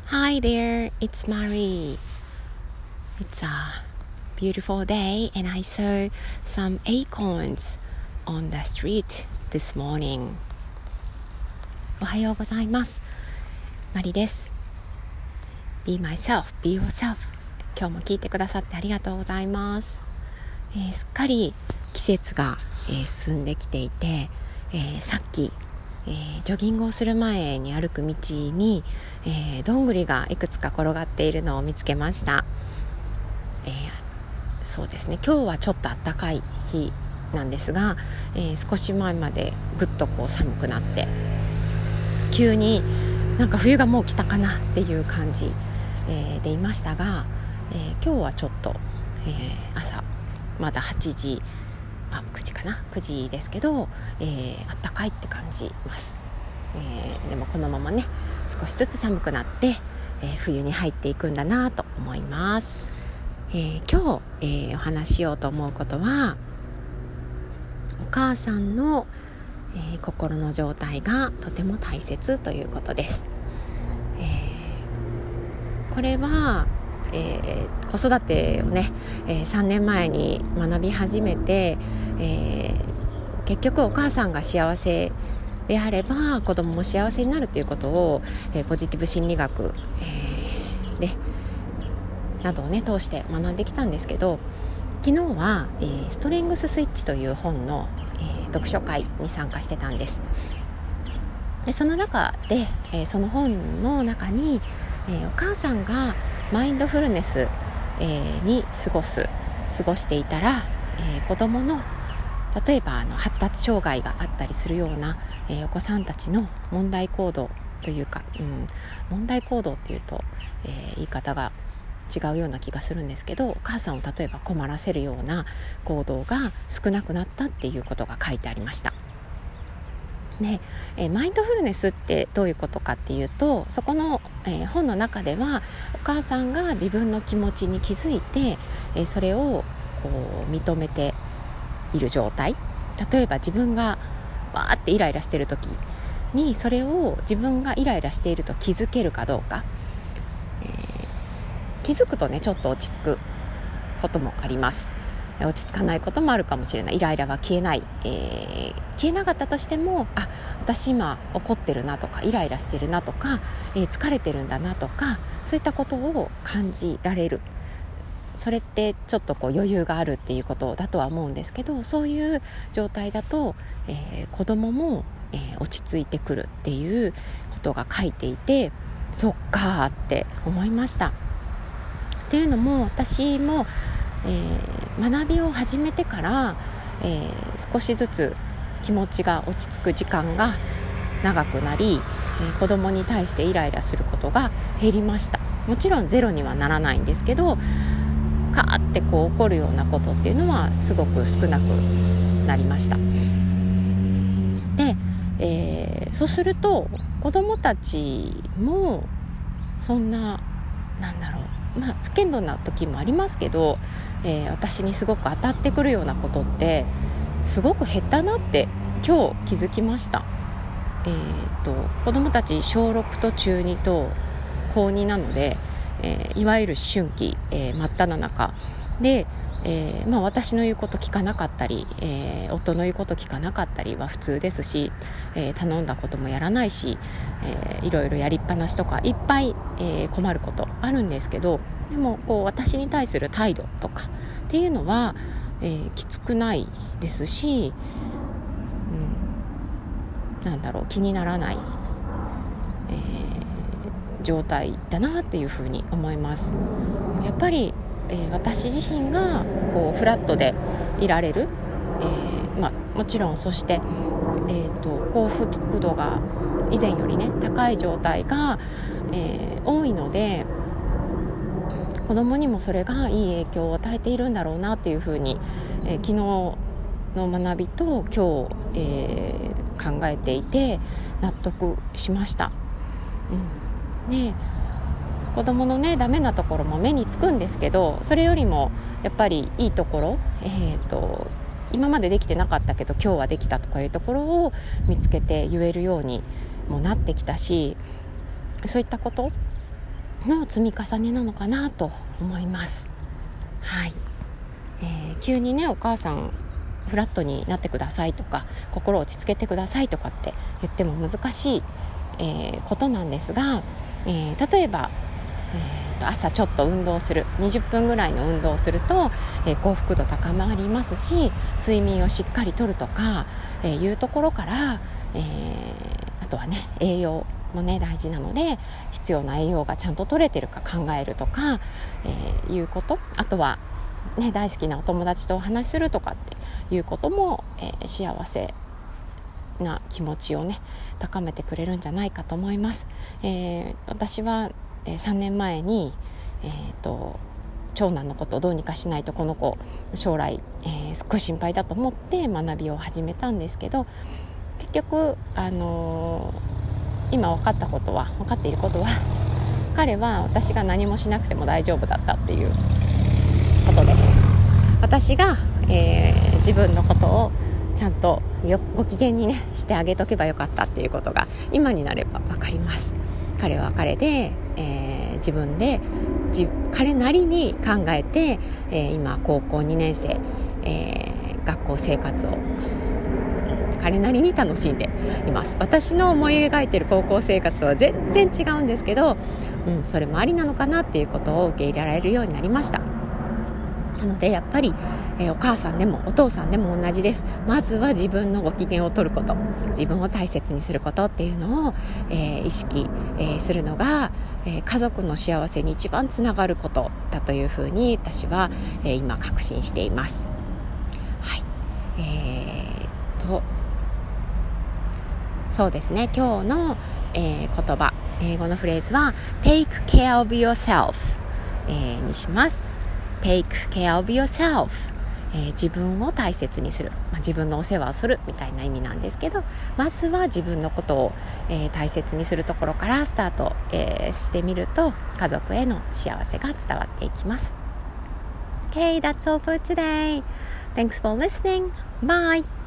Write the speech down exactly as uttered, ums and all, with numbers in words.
Hi there, it's Marie. It's a beautiful day and I saw some acorns on the street this morning. おはようございます。マリです。Be myself, be yourself. 今日も聞いてくださってありがとうございます。えー、すっかり季節が、えー、進んできていて、えー、さっきえー、ジョギングをする前に歩く道に、えー、どんぐりがいくつか転がっているのを見つけました。えー、そうですね、今日はちょっと暖かい日なんですが、えー、少し前までぐっとこう寒くなって急になんか冬がもう来たかなっていう感じ、えー、でいましたが、えー、今日はちょっと、えー、朝まだはちじあくじかなくじですけど、えー、あったかいって感じます、えー、でもこのままね少しずつ寒くなって、えー、冬に入っていくんだなと思います、えー、今日、えー、お話ししようと思うことはお母さんの、えー、心の状態がとても大切ということです、えー、これはえー、子育てをね、えー、さんねんまえに学び始めて、えー、結局お母さんが幸せであれば子供も幸せになるということを、えー、ポジティブ心理学、えー、でなどをね通して学んできたんですけど、昨日は、えー、ストレングススイッチという本の、えー、読書会に参加してたんです。でその中で、えー、その本の中に、えー、お母さんがマインドフルネス、えー、に過ごす過ごしていたら、えー、子どもの例えばあの発達障害があったりするような、えー、お子さんたちの問題行動というか、うん、問題行動っていうと、えー、言い方が違うような気がするんですけど、お母さんを例えば困らせるような行動が少なくなったっていうことが書いてありました。でえー、マインドフルネスってどういうことかっていうと、そこの、えー、本の中ではお母さんが自分の気持ちに気づいて、えー、それをこう認めている状態、例えば自分がわーってイライラしている時にそれを自分がイライラしていると気づけるかどうか、えー、気づくとねちょっと落ち着くこともあります。落ち着かないこともあるかもしれない。イライラが消えない、えー、消えなかったとしても、あ、私今怒ってるなとかイライラしてるなとか、えー、疲れてるんだなとか、そういったことを感じられる。それってちょっとこう余裕があるっていうことだとは思うんですけど、そういう状態だと、えー、子供も、えー、落ち着いてくるっていうことが書いていて、そっかーって思いました。っていうのも私もえー、学びを始めてから、えー、少しずつ気持ちが落ち着く時間が長くなり、えー、子供に対してイライラすることが減りました。もちろんゼロにはならないんですけど、カーってこう起こるようなことっていうのはすごく少なくなりました。で、えー、そうすると子供たちもそんななんだろうまあつけんどな時もありますけど、えー、私にすごく当たってくるようなことってすごく減ったなって今日気づきました。えー、と子どもたちしょうろくとちゅうにとこうになので、えー、いわゆる思春期、えー、真っ只中で、えーまあ、私の言うこと聞かなかったり、えー、夫の言うこと聞かなかったりは普通ですし、えー、頼んだこともやらないし、えー、いろいろやりっぱなしとかいっぱい、えー、困ることあるんですけど、でもこう私に対する態度とかっていうのは、えー、きつくないですし、うん、なんだろう気にならない、えー、状態だなっていうふうに思います。やっぱり、えー、私自身がこうフラットでいられる、えーまあ、もちろんそして、えーと、幸福度が以前よりね高い状態が、えー、多いので、子供にもそれがいい影響を与えているんだろうなっていうふうに、えー、昨日の学びと今日、えー、考えていて納得しました、うん、で子供のねダメなところも目につくんですけど、それよりもやっぱりいいところ、えーと、今までできてなかったけど今日はできたとかいうところを見つけて言えるようにもなってきたし、そういったことの積み重ねなのかなと思います。はい、えー、急にねお母さんフラットになってくださいとか心を落ち着けてくださいとかって言っても難しい、えー、ことなんですが、えー、例えば、えー、朝ちょっと運動するにじゅっぷんぐらいの運動をすると、えー、幸福度高まりますし、睡眠をしっかりとるとか、えー、いうところから、えー、あとはね栄養もね大事なので必要な栄養がちゃんと取れてるか考えるとか、えー、いうこと、あとはね、大好きなお友達とお話しするとかっていうことも、えー、幸せな気持ちをね高めてくれるんじゃないかと思います。えー、私は、えー、さんねんまえに、えー、と長男のことをどうにかしないとこの子将来、えー、すっごい心配だと思って学びを始めたんですけど、結局、あのー、今分かったことは分かっていることは彼は私が何もしなくても大丈夫だったっていうことです。私が、えー、自分のことをちゃんとご機嫌にねしてあげとけばよかったっていうことが今になれば分かります。彼は彼で、えー、自分で自彼なりに考えて、えー、今高校にねん生、えー、学校生活を彼なりに楽しんでいます。私の思い描いている高校生活とは全然違うんですけど、うん、それもありなのかなっていうことを受け入れられるようになりました。なのでやっぱり、えー、お母さんでもお父さんでも同じです。まずは自分のご機嫌を取ること、自分を大切にすることっていうのを、えー、意識、えー、するのが、えー、家族の幸せに一番つながることだというふうに私は、えー、今確信しています。はい、えー、とそうですね、今日の、えー、言葉、英語のフレーズは Take care of yourself、えー、にします。Take care of yourself、えー、自分を大切にする、まあ、自分のお世話をするみたいな意味なんですけど、まずは自分のことを、えー、大切にするところからスタート、えー、してみると家族への幸せが伝わっていきます。Okay, that's all for today. Thanks for listening. Bye.